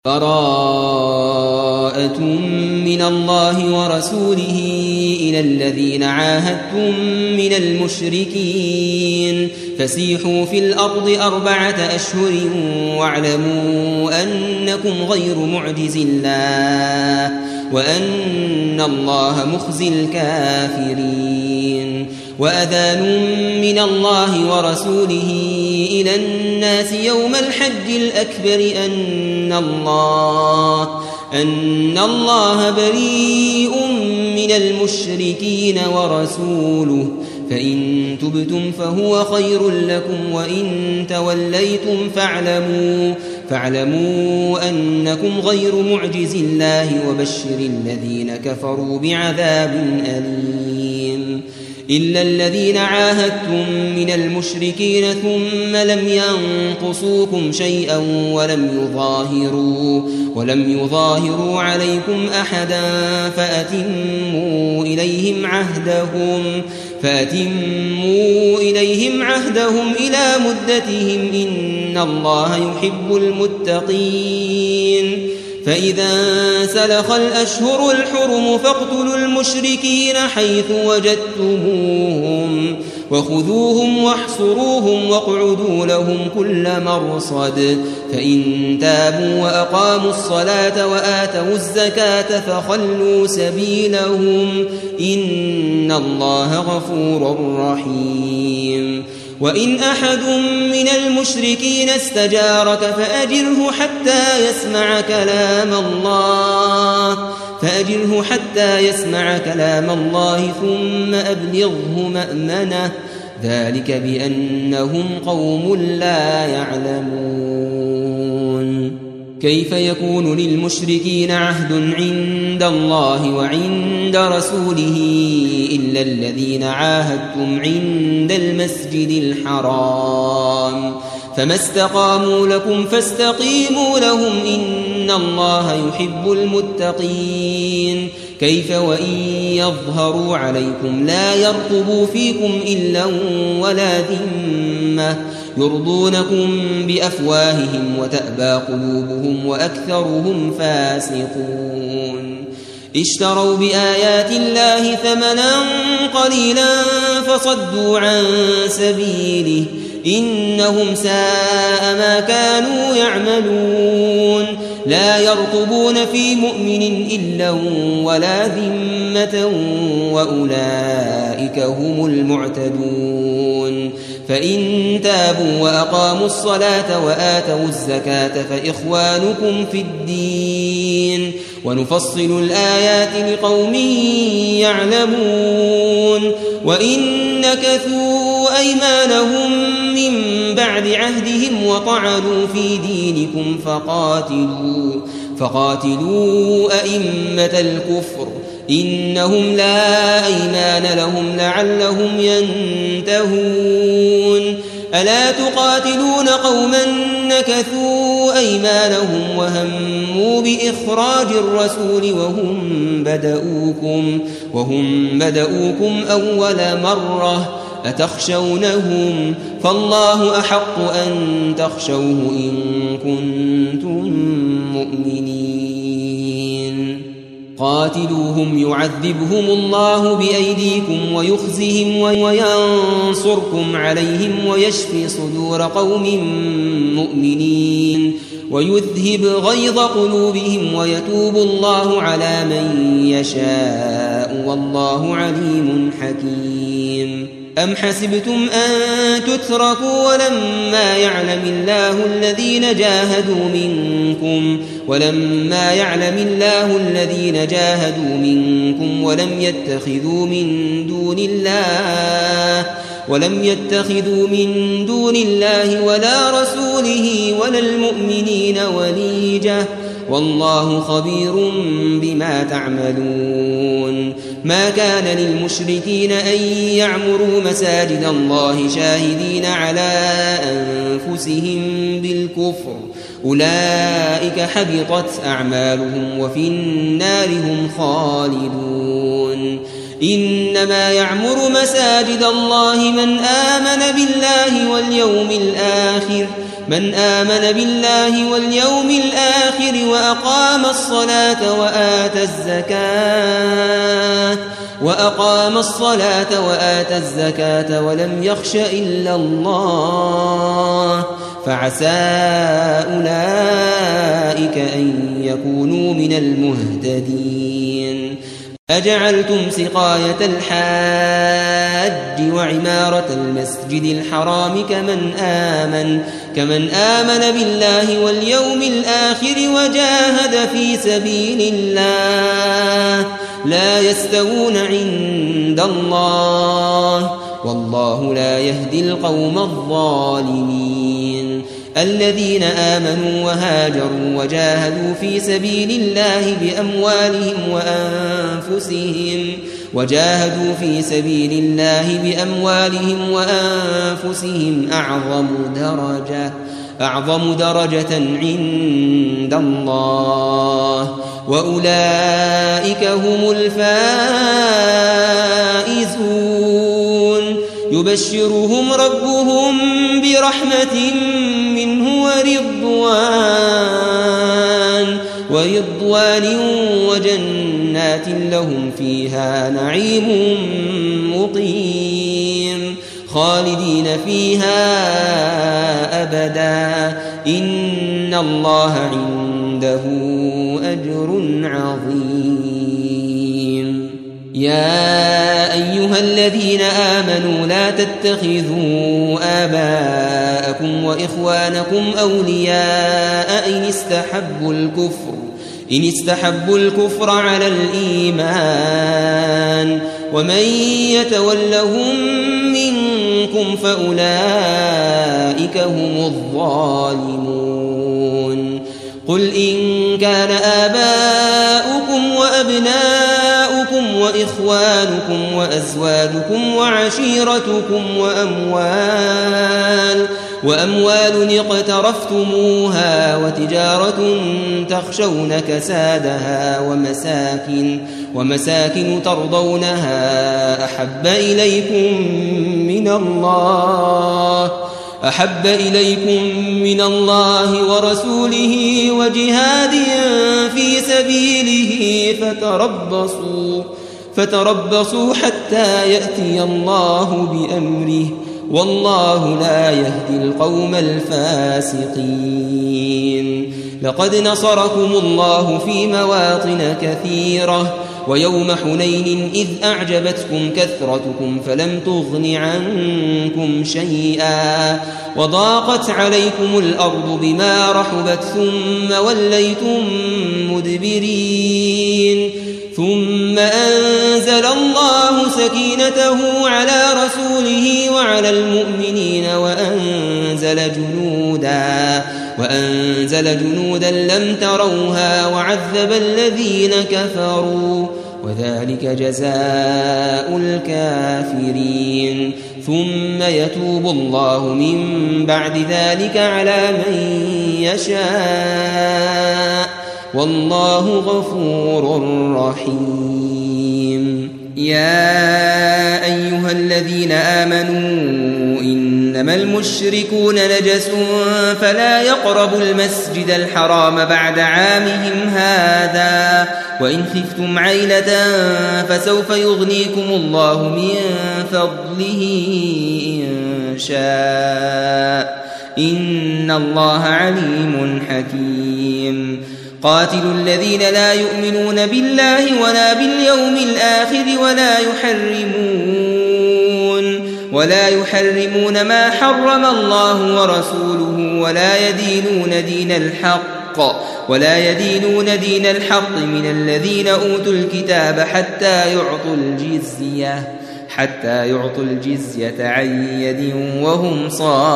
براءة من الله ورسوله إلى الذين عاهدتم من المشركين فسيحوا في الأرض 4 أشهر واعلموا أنكم غير معجز الله وأن الله مخزي الكافرين وأذان من الله ورسوله إلى الناس يوم الحج الأكبر أن الله بريء من المشركين ورسوله فإن تبتم فهو خير لكم وإن توليتم فاعلموا أنكم غير معجز الله وبشر الذين كفروا بعذاب أليم إلا الذين عاهدتم من المشركين ثم لم ينقصوكم شيئا ولم يظاهروا عليكم أحدا فأتموا إليهم عهدهم إلى مدتهم إن الله يحب المتقين فإذا سلخ الأشهر الحرم فاقتلوا المشركين حيث وجدتموهم وخذوهم واحصروهم واقعدوا لهم كل مرصد فإن تابوا وأقاموا الصلاة وآتوا الزكاة فخلوا سبيلهم إن الله غفور رحيم وإن أحد من المشركين استجارك فأجره حتى يسمع كلام الله ثم أبلغه مأمنه ذلك بأنهم قوم لا يعلمون كيف يكون للمشركين عهد عند الله وعند رسوله إلا الذين عاهدتم عند المسجد الحرام فما استقاموا لكم فاستقيموا لهم إن الله يحب المتقين كيف وإن يظهروا عليكم لا يرقبوا فيكم إلا ولا ذمة يرضونكم بأفواههم وتأبى قلوبهم وأكثرهم فاسقون اشتروا بآيات الله ثمنا قليلا فصدوا عن سبيله إنهم ساء ما كانوا يعملون لا يرقبون في مؤمن إلا ولا ذمة وأولئك هم المعتدون فإن تابوا وأقاموا الصلاة وآتوا الزكاة فإخوانكم في الدين ونفصل الآيات لقوم يعلمون وإن نكثوا أيمانهم من بعد عهدهم وطعنوا في دينكم فقاتلوا أئمة الكفر إنهم لا أيمان لهم لعلهم ينتهون ألا تقاتلون قوما نكثوا أيمانهم وهموا بإخراج الرسول وهم بدؤوكم أول مرة أتخشونهم فالله أحق أن تخشوه إن كنتم مؤمنين قاتلوهم يعذبهم الله بأيديكم ويخزهم وينصركم عليهم ويشفي صدور قوم مؤمنين ويذهب غيظ قلوبهم ويتوب الله على من يشاء والله عليم حكيم أم حسبتم أن تتركوا ولما يعلم الله الذين جاهدوا منكم ولم يتخذوا من دون الله ولا رسوله ولا المؤمنين وليجة والله خبير بما تعملون ما كان للمشركين أن يعمروا مساجد الله شاهدين على أنفسهم بالكفر أولئك حبطت أعمالهم وفي النار هم خالدون إنما يعمر مساجد الله من آمن بالله واليوم الآخر من آمن بالله واليوم الآخر وأقام الصلاة وآتى الزكاة ولم يخش إلا الله فعسى أولئك أن يكونوا من المهتدين. أجعلتم سقاية الحاج وعمارة المسجد الحرام كمن آمن بالله واليوم الآخر وجاهد في سبيل الله لا يستوون عند الله والله لا يهدي القوم الظالمين. الذين آمنوا وهاجروا وجاهدوا في سبيل الله بأموالهم وأنفسهم أعظم درجة عند الله وأولئك هم الفائزون. يبشرهم ربهم برحمة منه ورضوان وجنات لهم فيها نعيم مقيم خالدين فيها أبدا إن الله عنده أجر عظيم. يا أيها الذين آمنوا لا تتخذوا آباءكم وإخوانكم أولياء إن استحبوا الكفر على الإيمان ومن يتولهم منكم فأولئك هم الظالمون. قل إن كان آباؤكم وأبناؤكم وإخوانكم وأزواجكم وعشيرتكم وأموال اقترفتموها وتجارة تخشون كسادها ومساكن ترضونها أحب إليكم من الله ورسوله وجهاد في سبيله فتربصوا حتى يأتي الله بأمره والله لا يهدي القوم الفاسقين. لقد نصركم الله في مواطن كثيرة ويوم حنين إذ أعجبتكم كثرتكم فلم تغن عنكم شيئا وضاقت عليكم الأرض بما رحبت ثم وليتم مدبرين ثم أنزل الله سكينته على رسوله وعلى المؤمنين وأنزل جنودا لم تروها وعذب الذين كفروا وذلك جزاء الكافرين. ثم يتوب الله من بعد ذلك على من يشاء والله غفور رحيم. يا أيها الذين آمنوا إنما المشركون نجس فلا يقربوا المسجد الحرام بعد عامهم هذا وإن خفتم عيلة فسوف يغنيكم الله من فضله إن شاء إن الله عليم حكيم. قاتلوا الذين لا يؤمنون بالله ولا باليوم الآخر ولا يحرمون ما حرم الله ورسوله ولا يدينون دين الحق من الذين أوتوا الكتاب حتى يعطوا الجزية عن يد وهم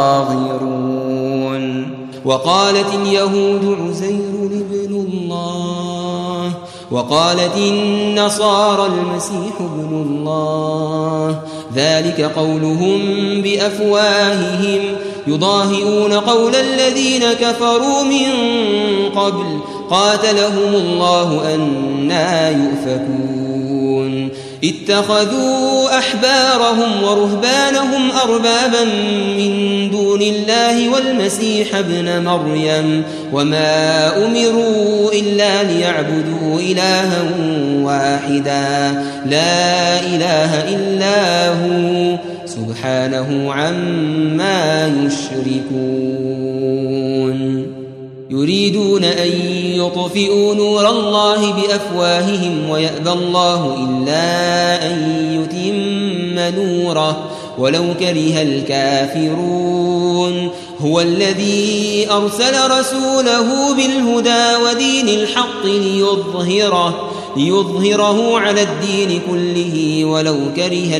صاغرون. وقالت اليهود عزير ابن الله وقالت النصارى المسيح ابن الله ذلك قولهم بأفواههم يضاهئون قول الذين كفروا من قبل قاتلهم الله أنى يؤفكون. اتخذوا أحبارهم ورهبانهم أربابا من دون الله والمسيح ابن مريم وما أمروا إلا ليعبدوا إلها واحدا لا إله إلا هو سبحانه عما يشركون يريدون أن يطفئوا نور الله بأفواههم ويأبى الله إلا أن يتم نوره ولو كره الكافرون هو الذي أرسل رسوله بالهدى ودين الحق ليظهره على الدين كله ولو كره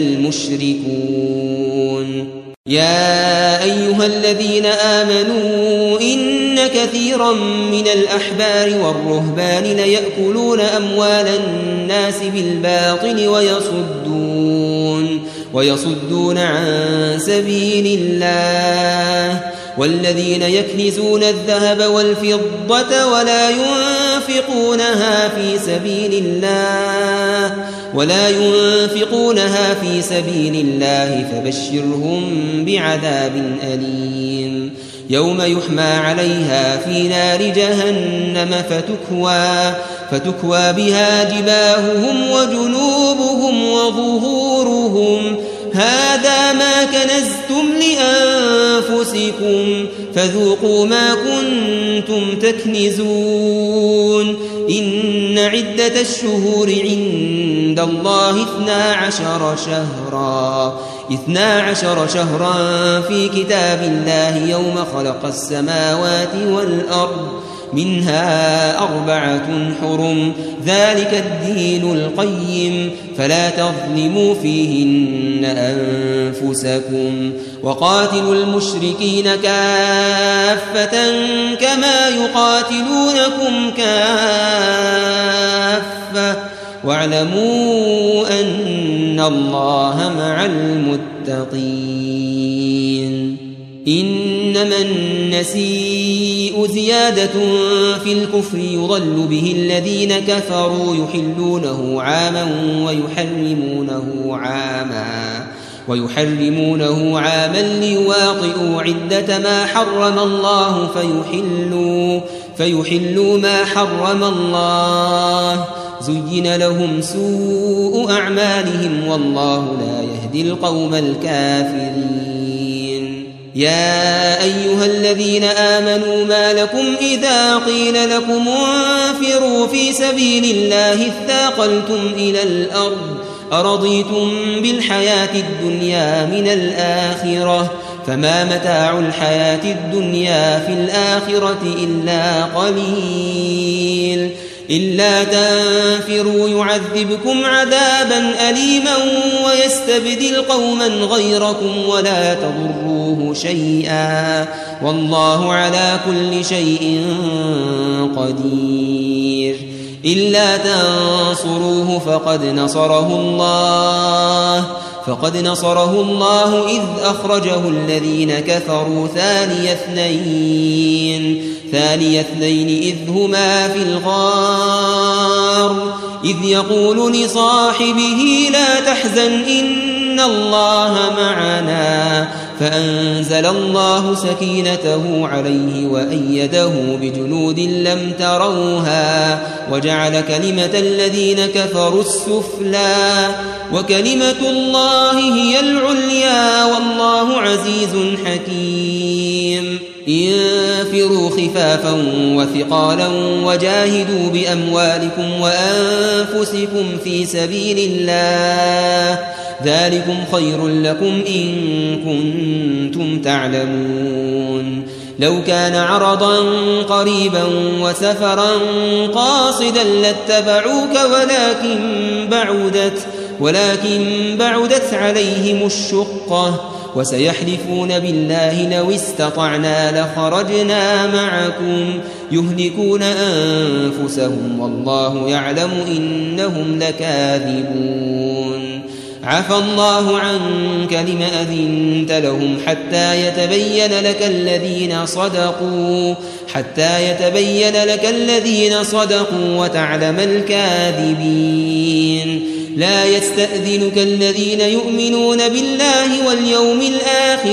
المشركون يا أيها الذين آمنوا إن كثيرا من الأحبار والرهبان ليأكلون أموال الناس بالباطل ويصدون عن سبيل الله والذين يكنزون الذهب والفضة ولا ينفقونها في سبيل الله فبشرهم بعذاب أليم يوم يحمى عليها في نار جهنم فتكوى بها جباههم وجنوبهم وظهورهم هذا ما كنزتم لأنفسكم فذوقوا ما كنتم تكنزون إن عدة الشهور عند الله 12 شهرا في كتاب الله يوم خلق السماوات والأرض منها 4 حرم ذلك الدين القيم فلا تظلموا فيهن أنفسكم وقاتلوا المشركين كافة كما يقاتلونكم كافة واعلموا أن الله مع المتقين إنما النسيء زيادة في الكفر يضل به الذين كفروا يحلونه عاما ويحرمونه عاما ليواطئوا عدة ما حرم الله فيحلوا ما حرم الله زين لهم سوء أعمالهم والله لا يهدي القوم الكافرين يا أيها الذين آمنوا ما لكم إذا قيل لكم انفروا في سبيل الله اثاقلتم إلى الأرض أرضيتم بالحياة الدنيا من الآخرة فما متاع الحياة الدنيا في الآخرة إلا قليل إلا تنفروا يعذبكم عذابا أليما ويستبدل قوما غيركم ولا تضروه شيئا والله على كل شيء قدير إلا تنصروه فقد نصره الله إذ أخرجه الذين كفروا ثاني اثنين إذ هما في الغار إذ يقول لصاحبه لا تحزن إن الله معنا فأنزل الله سكينته عليه وأيده بجنود لم تروها وجعل كلمة الذين كفروا السفلى وكلمة الله هي العليا والله عزيز حكيم انفروا خفافا وثقالا وجاهدوا بأموالكم وأنفسكم في سبيل الله ذلكم خير لكم إن كنتم تعلمون لو كان عرضا قريبا وسفرا قاصدا لاتبعوك ولكن بعدت عليهم الشقة وسيحلفون بالله لو استطعنا لخرجنا معكم يهلكون أنفسهم والله يعلم إنهم لكاذبون عفى الله عنك لم أذنت لهم حتى يتبين لك الذين صدقوا وتعلم الكاذبين لا يستأذنك الذين يؤمنون بالله واليوم الآخر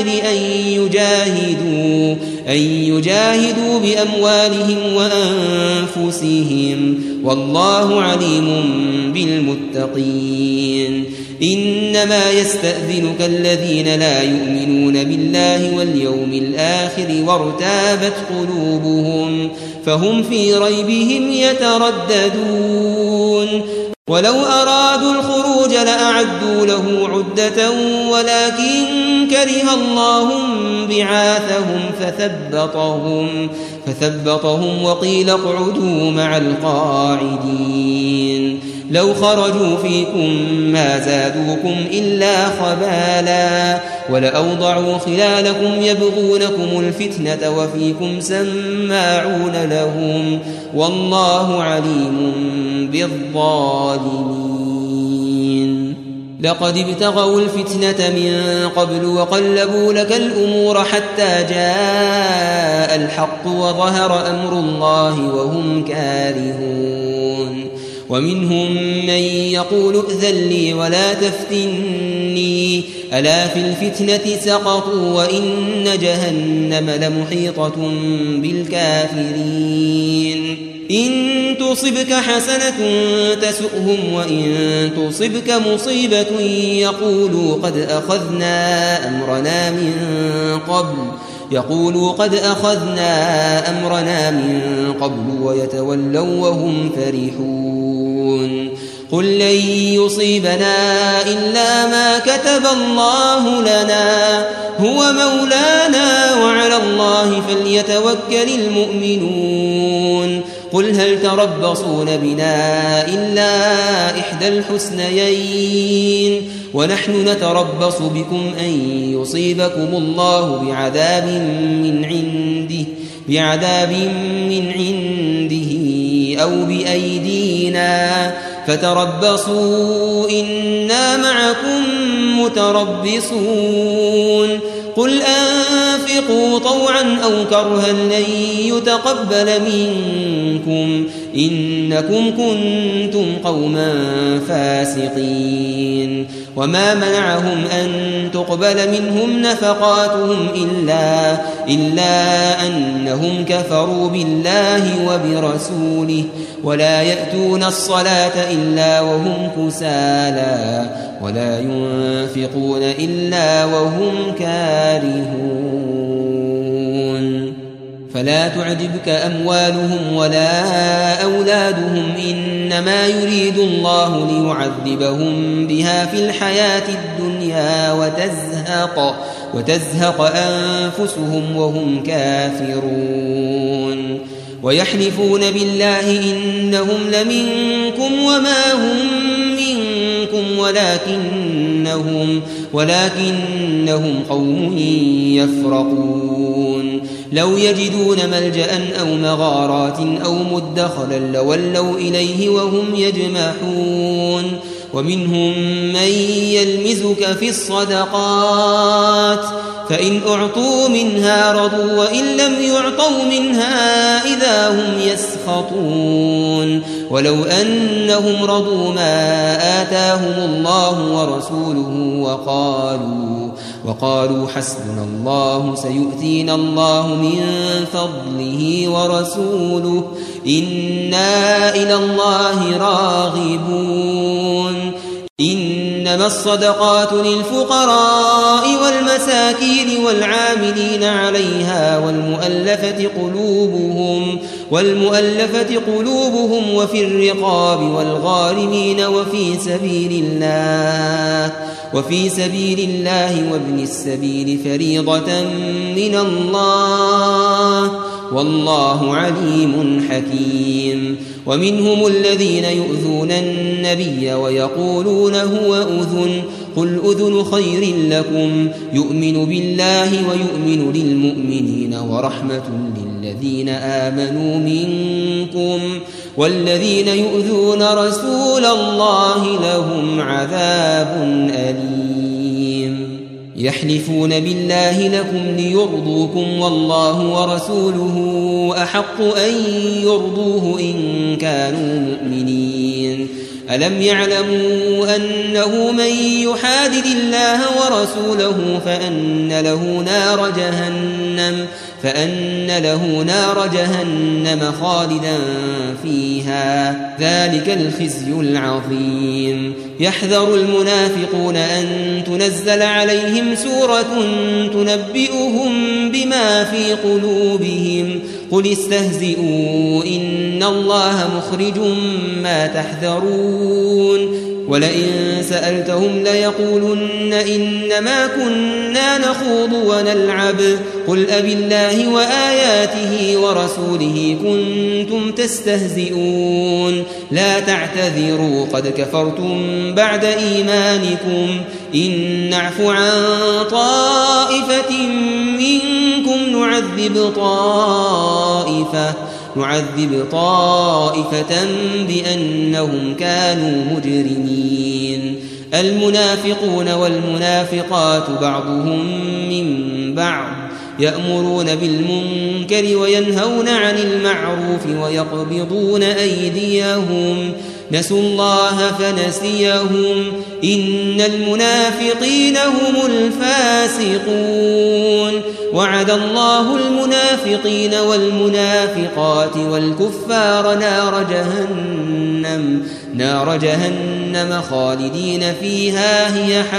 أن يجاهدوا بأموالهم وأنفسهم والله عليم بالمتقين. إنما يستأذنك الذين لا يؤمنون بالله واليوم الآخر وارتابت قلوبهم فهم في ريبهم يترددون. ولو أرادوا الخروج لأعدوا له عدة ولكن كره الله بعاثهم فثبطهم وقيل اقعدوا مع القاعدين. لو خرجوا فيكم ما زادوكم إلا خبالا ولأوضعوا خلالكم يبغونكم الفتنة وفيكم سماعون لهم والله عليم بالظالمين. لقد ابتغوا الفتنة من قبل وقلبوا لك الأمور حتى جاء الحق وظهر أمر الله وهم كارهون. ومنهم من يقول ائذن لي ولا تفتني ألا في الفتنة سقطوا وإن جهنم لمحيطة بالكافرين. إن تصبك حسنة تسؤهم وإن تصبك مصيبة يقولوا قد أخذنا أمرنا من قبل ويتولوا وهم فرحون. قل لن يصيبنا إلا ما كتب الله لنا هو مولانا وعلى الله فليتوكل المؤمنون. قل هل تربصون بنا إلا إحدى الحسنيين ونحن نتربص بكم أن يصيبكم الله بعذاب من عنده أو بأيدينا فتربصوا إنا معكم متربصون. قل أنفقوا طوعا أو كرها لن يتقبل منكم إنكم كنتم قوما فاسقين. وما منعهم أن تقبل منهم نفقاتهم إلا أنهم كفروا بالله وبرسوله ولا يأتون الصلاة إلا وهم كسالى ولا ينفقون إلا وهم كارهون. فلا تعجبك أموالهم ولا أولادهم إنما يريد الله ليعذبهم بها في الحياة الدنيا وتزهق أنفسهم وهم كافرون. ويحلفون بالله إنهم لمنكم وما هم منكم ولكنهم قوم يفرقون. لو يجدون ملجأ أو مغارات أو مدخلا لولوا إليه وهم يجمحون. ومنهم من يلمزك في الصدقات فإن أعطوا منها رضوا وإن لم يعطوا منها إذا هم يسخطون. ولو أنهم رضوا ما آتاهم الله ورسوله وقالوا حسبنا الله سيؤتينا الله من فضله ورسوله إنا إلى الله راغبون. إنما الصدقات للفقراء والمساكين والعاملين عليها والمؤلفة قلوبهم وفي الرقاب والغارمين وفي سبيل الله وابن السبيل فريضة من الله والله عليم حكيم. ومنهم الذين يؤذون النبي ويقولون هو أذن قل أذن خير لكم يؤمن بالله ويؤمن للمؤمنين ورحمة للذين آمنوا منكم والذين يؤذون رسول الله لهم عذاب أليم. يحلفون بالله لكم ليرضوكم والله ورسوله أحق أن يرضوه إن كانوا مؤمنين. ألم يعلموا أنه من يحادد الله ورسوله فأن له نار جهنم خالدا فيها ذلك الخزي العظيم يحذر المنافقون أن تنزل عليهم سورة تنبئهم بما في قلوبهم قل استهزئوا إن الله مخرج ما تحذرون ولئن سألتهم ليقولن إنما كنا نخوض ونلعب قل أبالله وآياته ورسوله كنتم تستهزئون لا تعتذروا قد كفرتم بعد إيمانكم إن نعف عن طائفة منكم نعذب طائفة بأنهم كانوا مجرمين المنافقون والمنافقات بعضهم من بعض يأمرون بالمنكر وينهون عن المعروف ويقبضون أيديهم نسوا الله فنسيهم إن المنافقين هم الفاسقون وعد الله المنافقين والمنافقات والكفار نار جهنم خالدين فيها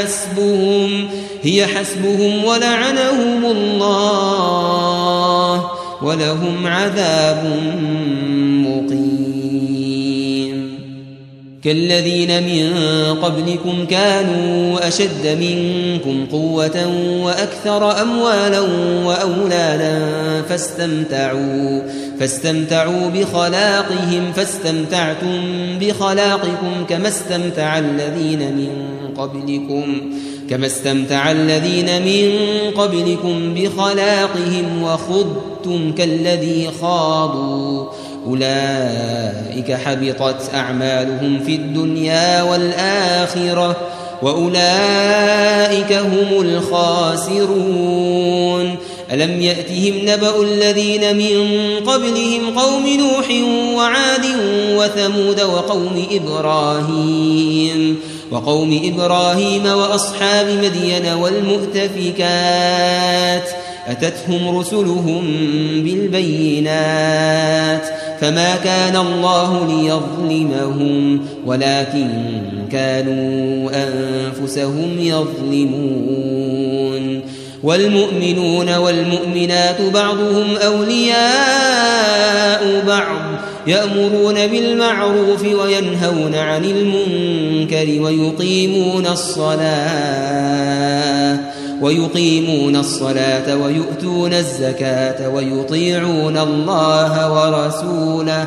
هي حسبهم ولعنهم الله ولهم عذاب مقيم كالذين من قبلكم كانوا أشد منكم قوة وأكثر أموالا وأولادا فاستمتعوا بخلاقهم فاستمتعتم بخلاقكم كما استمتع الذين من قبلكم بخلاقهم وخضتم كالذي خاضوا أولئك حبطت أعمالهم في الدنيا والآخرة وأولئك هم الخاسرون ألم يأتهم نبأ الذين من قبلهم قوم نوح وعاد وثمود وقوم إبراهيم وأصحاب مدين والمؤتفكات أتتهم رسلهم بالبينات فما كان الله ليظلمهم ولكن كانوا أنفسهم يظلمون والمؤمنون والمؤمنات بعضهم أولياء بعض يأمرون بالمعروف وينهون عن المنكر ويقيمون الصلاة ويؤتون الزكاة ويطيعون الله ورسوله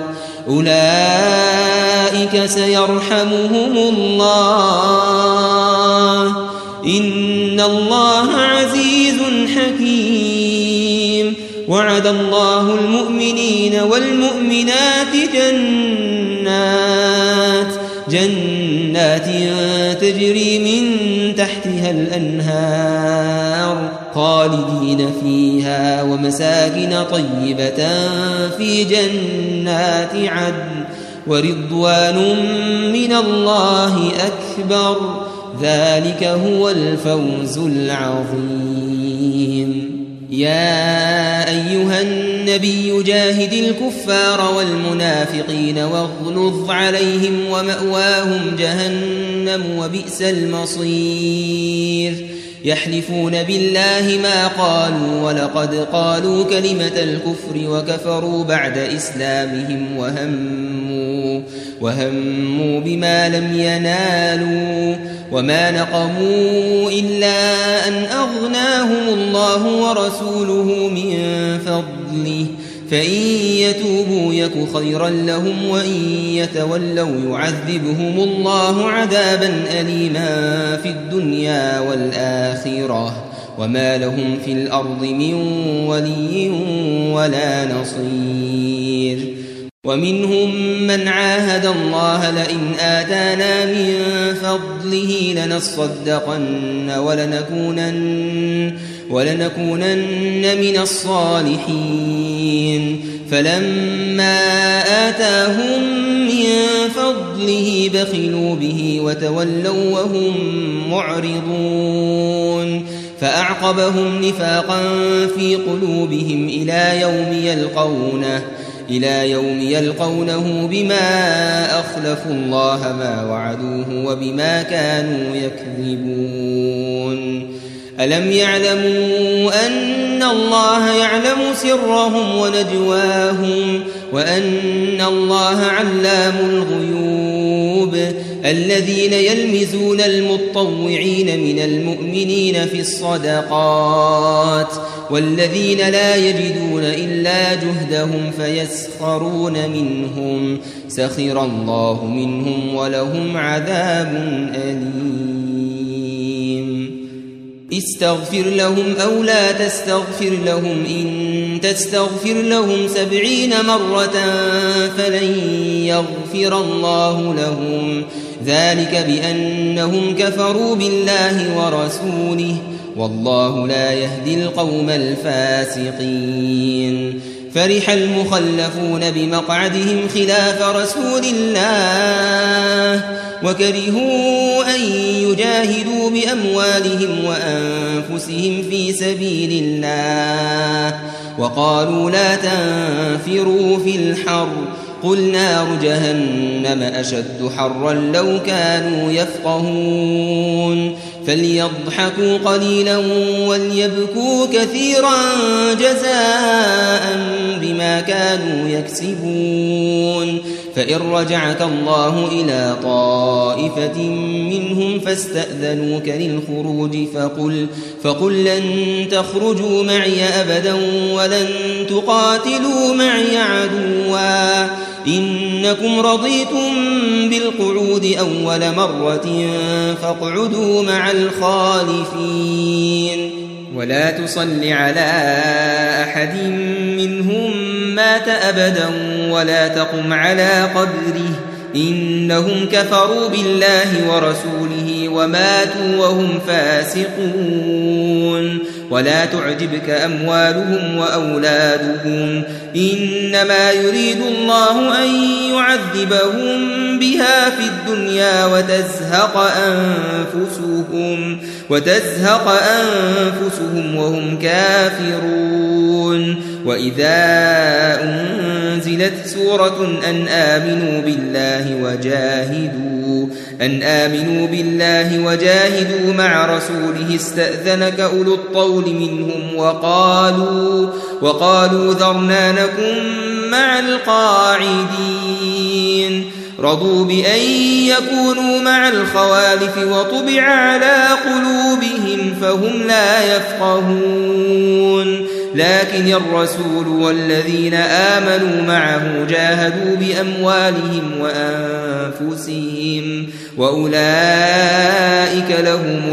أولئك سيرحمهم الله إن الله عزيز حكيم وعد الله المؤمنين والمؤمنات جنات تجري من تحتها الأنهار خالدين فيها ومساكن طيبة في جنات عدن ورضوان من الله أكبر ذلك هو الفوز العظيم يا أيها النبي جاهد الكفار والمنافقين واغلظ عليهم ومأواهم جهنم وبئس المصير يحلفون بالله ما قالوا ولقد قالوا كلمة الكفر وكفروا بعد إسلامهم وهموا بما لم ينالوا وما نقموا إلا أن أغناهم الله ورسوله من فضله فإن يتوبوا يك خيرا لهم وإن يتولوا يعذبهم الله عذابا أليما في الدنيا والآخرة وما لهم في الأرض من ولي ولا نصير ومنهم من عاهد الله لئن آتانا من فضله لنصدقن ولنكونن من الصالحين فلما آتاهم من فضله بخلوا به وتولوا وهم معرضون فأعقبهم نفاقا في قلوبهم إلى يوم يلقونه بما أخلفوا الله ما وعدوه وبما كانوا يكذبون ألم يعلموا أن الله يعلم سرهم ونجواهم وأن الله علام الغيوب الذين يلمزون المطوعين من المؤمنين في الصدقات والذين لا يجدون إلا جهدهم فيسخرون منهم سخر الله منهم ولهم عذاب أليم استغفر لهم أو لا تستغفر لهم إن تستغفر لهم 70 مرة فلن يغفر الله لهم ذلك بأنهم كفروا بالله ورسوله والله لا يهدي القوم الفاسقين فرح المخلفون بمقعدهم خلاف رسول الله وكرهوا أن يجاهدوا بأموالهم وأنفسهم في سبيل الله وقالوا لا تنفروا في الحر قل نار جهنم أشد حرا لو كانوا يفقهون فليضحكوا قليلا وليبكوا كثيرا جزاء بما كانوا يكسبون فإن رجعك الله إلى طائفة منهم فاستأذنوك للخروج فقل لن تخرجوا معي أبدا ولن تقاتلوا معي عدوا إنكم رضيتم بالقعود أول مرة فاقعدوا مع الخالفين ولا تصل على أحد منهم مات أبدا ولا تقم على قبره إنهم كفروا بالله ورسوله وماتوا وهم فاسقون ولا تعجبك أموالهم وأولادهم إنما يريد الله أن يعذبهم بها في الدنيا وتزهق أنفسهم وهم كافرون وإذا أنزلت سورة أن آمنوا بالله وجاهدوا مع رسوله استأذنك أولو الطول منهم وقالوا ذرنا نكن مع القاعدين رضوا بأن يكونوا مع الخوالف وطبع على قلوبهم فهم لا يفقهون لكن الرسول والذين آمنوا معه جاهدوا بأموالهم وأنفسهم وأولئك لهم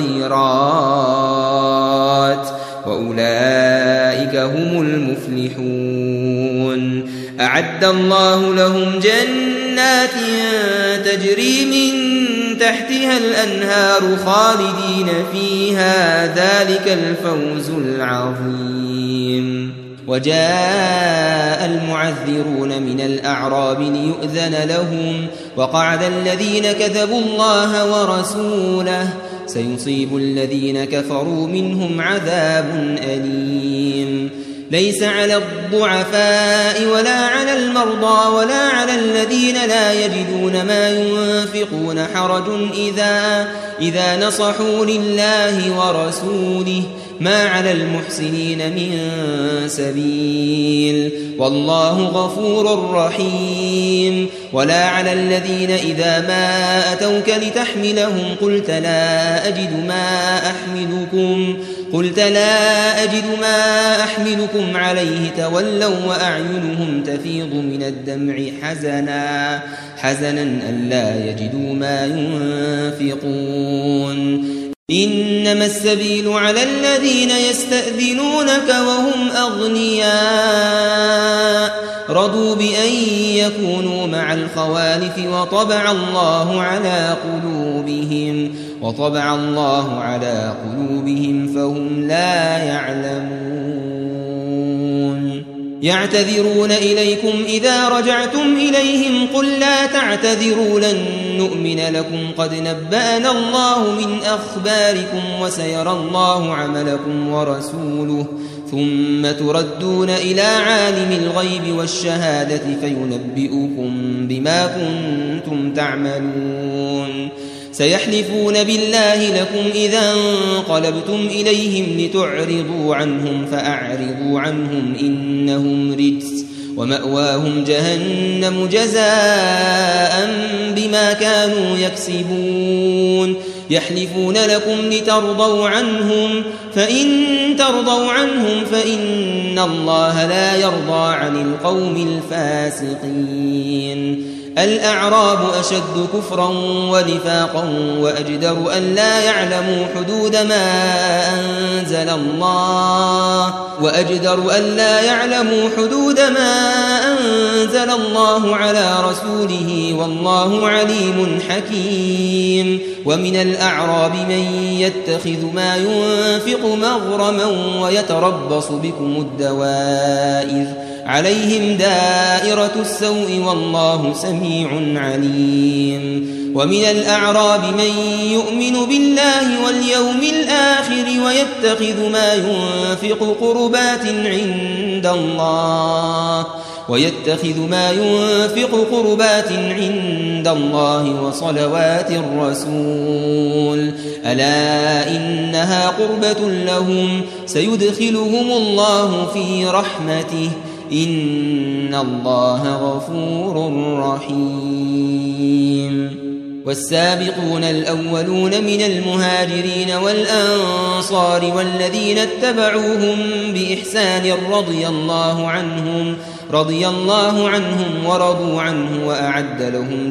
الخيرات وأولئك هم المفلحون أعد الله لهم جنات تجري من تحتها الأنهار خالدين فيها ذلك الفوز العظيم وجاء المعذرون من الأعراب ليؤذن لهم وقعد الذين كذبوا الله ورسوله سيصيب الذين كفروا منهم عذاب أليم ليس على الضعفاء ولا على المرضى ولا على الذين لا يجدون ما ينفقون حرج إذا نصحوا لله ورسوله ما على المحسنين من سبيل والله غفور رحيم ولا على الذين إذا ما أتوك لتحملهم قلت لا أجد ما أحملكم عليه تولوا وأعينهم تفيض من الدمع حزنا ألا يجدوا ما ينفقون إنما السبيل على الذين يستأذنونك وهم أغنياء رضوا بأن يكونوا مع الخوالف وطبع الله على قلوبهم فهم لا يعلمون يعتذرون إليكم إذا رجعتم إليهم قل لا تعتذروا لن نؤمن لكم قد نبأنا الله من أخباركم وسيرى الله عملكم ورسوله ثم تردون إلى عالم الغيب والشهادة فينبئكم بما كنتم تعملون سيحلفون بالله لكم إذا انقلبتم إليهم لتعرضوا عنهم فأعرضوا عنهم إنهم رجس ومأواهم جهنم جزاء بما كانوا يكسبون يحلفون لكم لترضوا عنهم فإن ترضوا عنهم فإن الله لا يرضى عن القوم الفاسقين الأعراب أشد كفرا ونفاقا وأجدر أن لا يعلموا حدود ما أنزل الله على رسوله والله عليم حكيم ومن الأعراب من يتخذ ما ينفق مغرما ويتربص بكم الدوائر عليهم دائرة السوء والله سميع عليم ومن الأعراب من يؤمن بالله واليوم الآخر ويتخذ ما ينفق قربات عند الله وصلوات الرسول ألا إنها قربة لهم سيدخلهم الله في رحمته إن الله غفور رحيم والسابقون الأولون من المهاجرين والأنصار والذين اتبعوهم بإحسان رضي الله عنهم ورضوا عنه وأعد لهم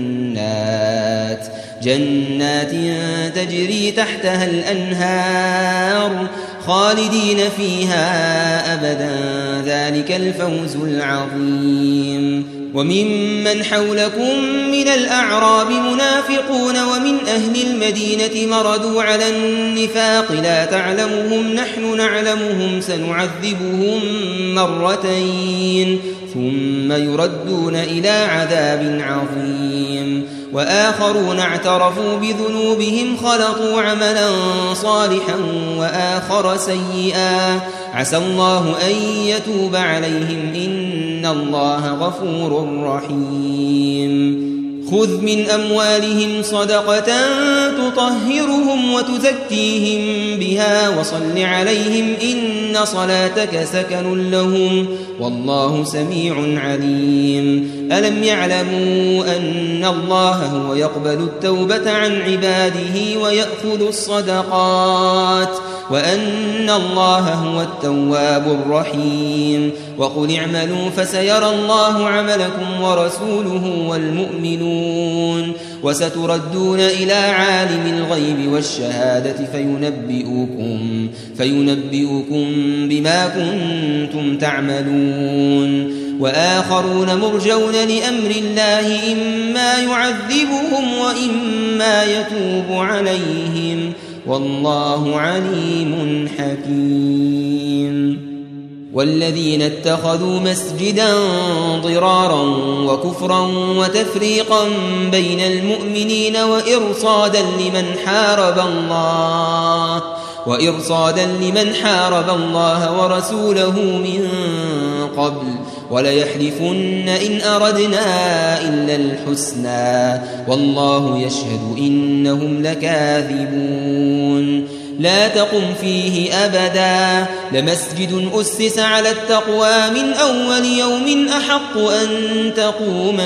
جنات تجري تحتها الأنهار خالدين فيها أبدا ذلك الفوز العظيم وممن حولكم من الأعراب منافقون ومن أهل المدينة مردوا على النفاق لا تعلمهم نحن نعلمهم سنعذبهم مرتين ثم يردون إلى عذاب عظيم وآخرون اعترفوا بذنوبهم خلطوا عملا صالحا وآخر سيئا عسى الله أن يتوب عليهم إن الله غفور رحيم خذ من أموالهم صدقة تطهرهم وتزكيهم بها وصل عليهم إن صلاتك سكن لهم والله سميع عليم ألم يعلموا أن الله هو يقبل التوبة عن عباده ويأخذ الصدقات وأن الله هو التواب الرحيم وقل اعملوا فسيرى الله عملكم ورسوله والمؤمنون وستردون إلى عالم الغيب والشهادة فينبئكم بما كنتم تعملون وآخرون مرجون لأمر الله إما يعذبهم وإما يتوب عليهم والله عليم حكيم والذين اتخذوا مسجدا ضرارا وكفرا وتفريقا بين المؤمنين وإرصادا لمن حارب الله ورسوله من قبل وليحلفن إن أردنا إلا الحسنى والله يشهد إنهم لكاذبون لا تقم فيه أبدا لمسجد أسس على التقوى من أول يوم أحق أن تقوم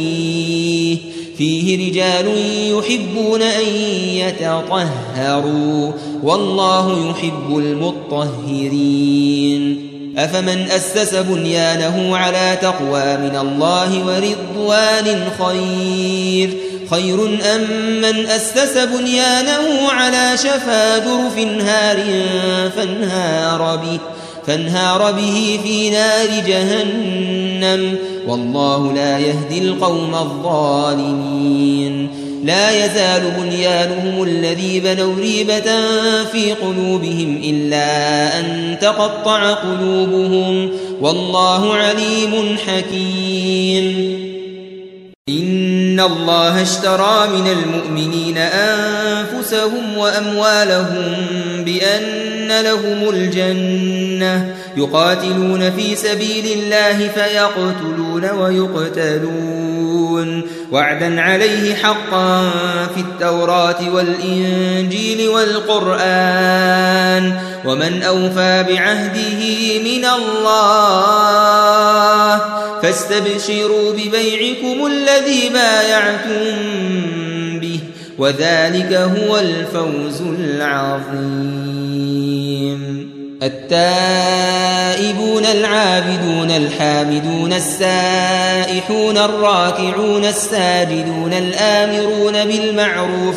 فيه رجال يحبون أن يتطهروا والله يحب المطهرين أفمن أسس بنيانه على تقوى من الله ورضوان خير أم من أسس بنيانه على شفا جرف هار فانهار به في نار جهنم والله لا يهدي القوم الظالمين لا يزال بنيانهم الذي بنوا ريبة في قلوبهم إلا أن تقطع قلوبهم والله عليم حكيم. إن الله اشترى من المؤمنين أنفسهم وأموالهم بأن لهم الجنة يقاتلون في سبيل الله فيقتلون ويقتلون وعدا عليه حقا في التوراة والإنجيل والقرآن ومن أوفى بعهده من الله فاستبشروا ببيعكم الذي بايعتم به وذلك هو الفوز العظيم. التائبون العابدون الحامدون السائحون الراكعون الساجدون الآمرون بالمعروف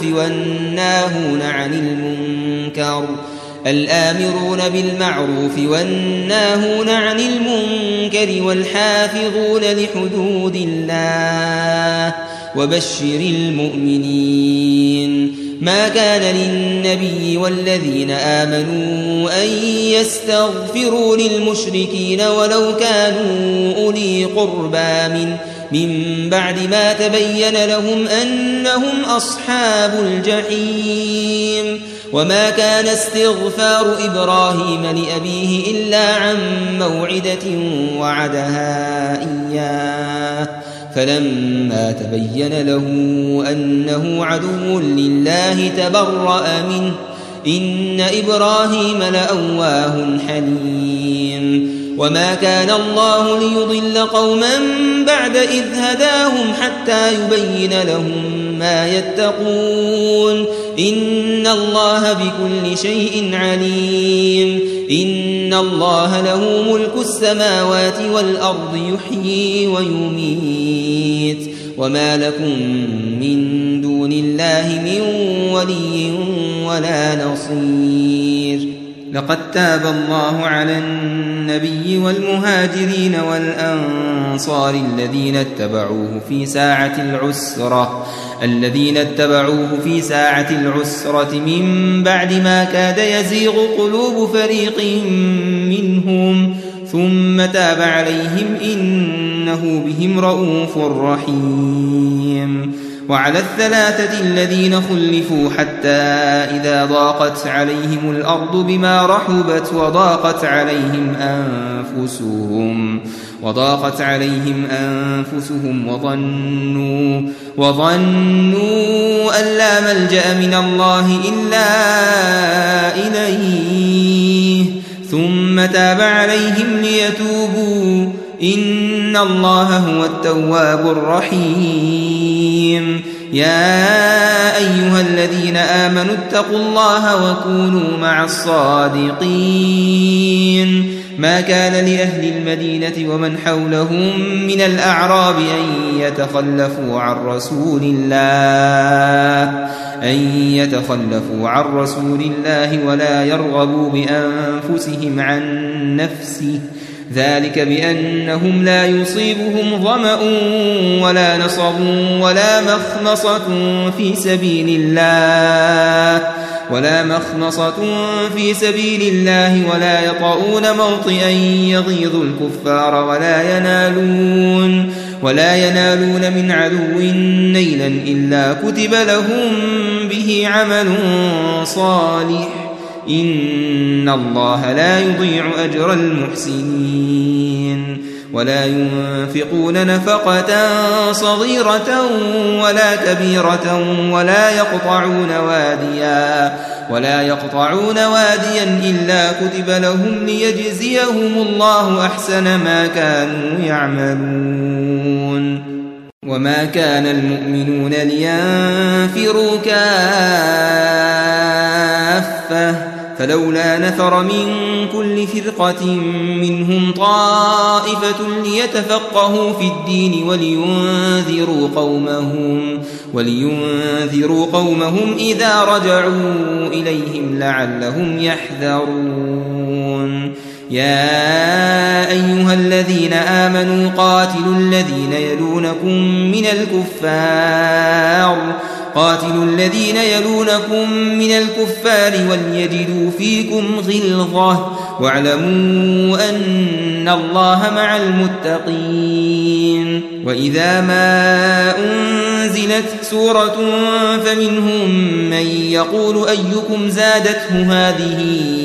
والناهون عن المنكر والحافظون لحدود الله وبشر المؤمنين. ما كان للنبي والذين آمنوا أن يستغفروا للمشركين ولو كانوا أولي قربى من بعد ما تبين لهم أنهم أصحاب الجحيم. وما كان استغفار إبراهيم لأبيه إلا عن موعدة وعدها إياه فلما تبين له أنه عدو لله تبرأ منه إن إبراهيم لأواه حليم. وما كان الله ليضل قوما بعد إذ هداهم حتى يبين لهم ما يتقون إن الله بكل شيء عليم. إن الله له ملك السماوات والأرض يحيي ويميت وما لكم من دون الله من ولي ولا نصير. لقد تاب الله على النبي والمهاجرين والأنصار الذين اتبعوه في ساعة العسرة من بعد ما كاد يزيغ قلوب فريق منهم ثم تاب عليهم إنه بهم رؤوف رحيم. وعلى الثلاثة الذين خلفوا حتى إذا ضاقت عليهم الأرض بما رحبت وضاقت عليهم أنفسهم وظنوا أن لا ملجأ من الله إلا إليه ثم تاب عليهم ليتوبوا إن الله هو التواب الرحيم. يا أيها الذين آمنوا اتقوا الله وكونوا مع الصادقين. ما كان لأهل المدينة ومن حولهم من الأعراب أن يتخلفوا عن رسول الله ولا يرغبوا بأنفسهم عن نفسه ذلك بأنهم لا يصيبهم ظمأ ولا نصب ولا مخمصة في سبيل الله ولا يطؤون موطئا يغيظ الكفار ولا ينالون من عدو نيلا إلا كتب لهم به عمل صالح إن الله لا يضيع أجر المحسنين. ولا ينفقون نفقة صغيرة ولا كبيرة ولا يقطعون واديا إلا كتب لهم ليجزيهم الله أحسن ما كانوا يعملون. وما كان المؤمنون لينفروا كافة فلولا نفر من كل فرقة منهم طائفة ليتفقهوا في الدين ولينذروا قومهم إذا رجعوا إليهم لعلهم يحذرون. يا أيها الذين آمنوا قاتلوا الذين يلونكم من الكفار قاتلوا الذين يلونكم من الكفار وليجدوا فيكم غلظة واعلموا أن الله مع المتقين وإذا ما أنزلت سورة فمنهم من يقول أيكم زادته هذه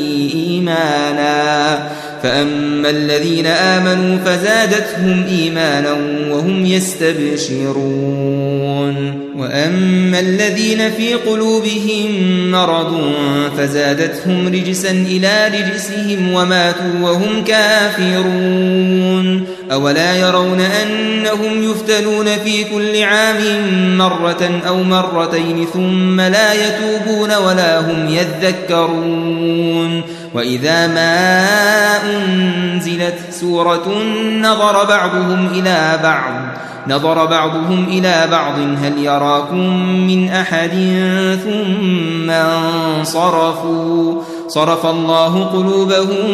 إيمانا فأما الذين آمنوا فزادتهم إيمانا وهم يستبشرون وأما الذين في قلوبهم مرض فزادتهم رجسا إلى رجسهم وماتوا وهم كافرون أولا يرون أنهم يفتنون في كل عام مرة أو مرتين ثم لا يتوبون ولا هم يذكرون وإذا ما أنزلت سورة نظر بعضهم إلى بعض هل يراكم من أحد ثم انصرفوا صرف الله قلوبهم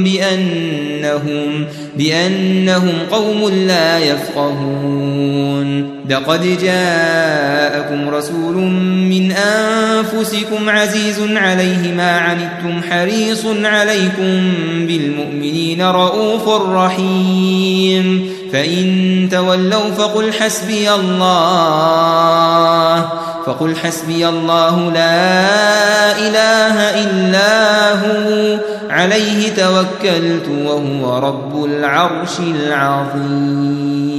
بأنهم قوم لا يفقهون لقد جاءكم رسول من أنفسكم عزيز عليه ما عنتم حريص عليكم بالمؤمنين رؤوف رحيم فإن تولوا فقل حسبي الله لا إله إلا هو عليه توكلت وهو رب العرش العظيم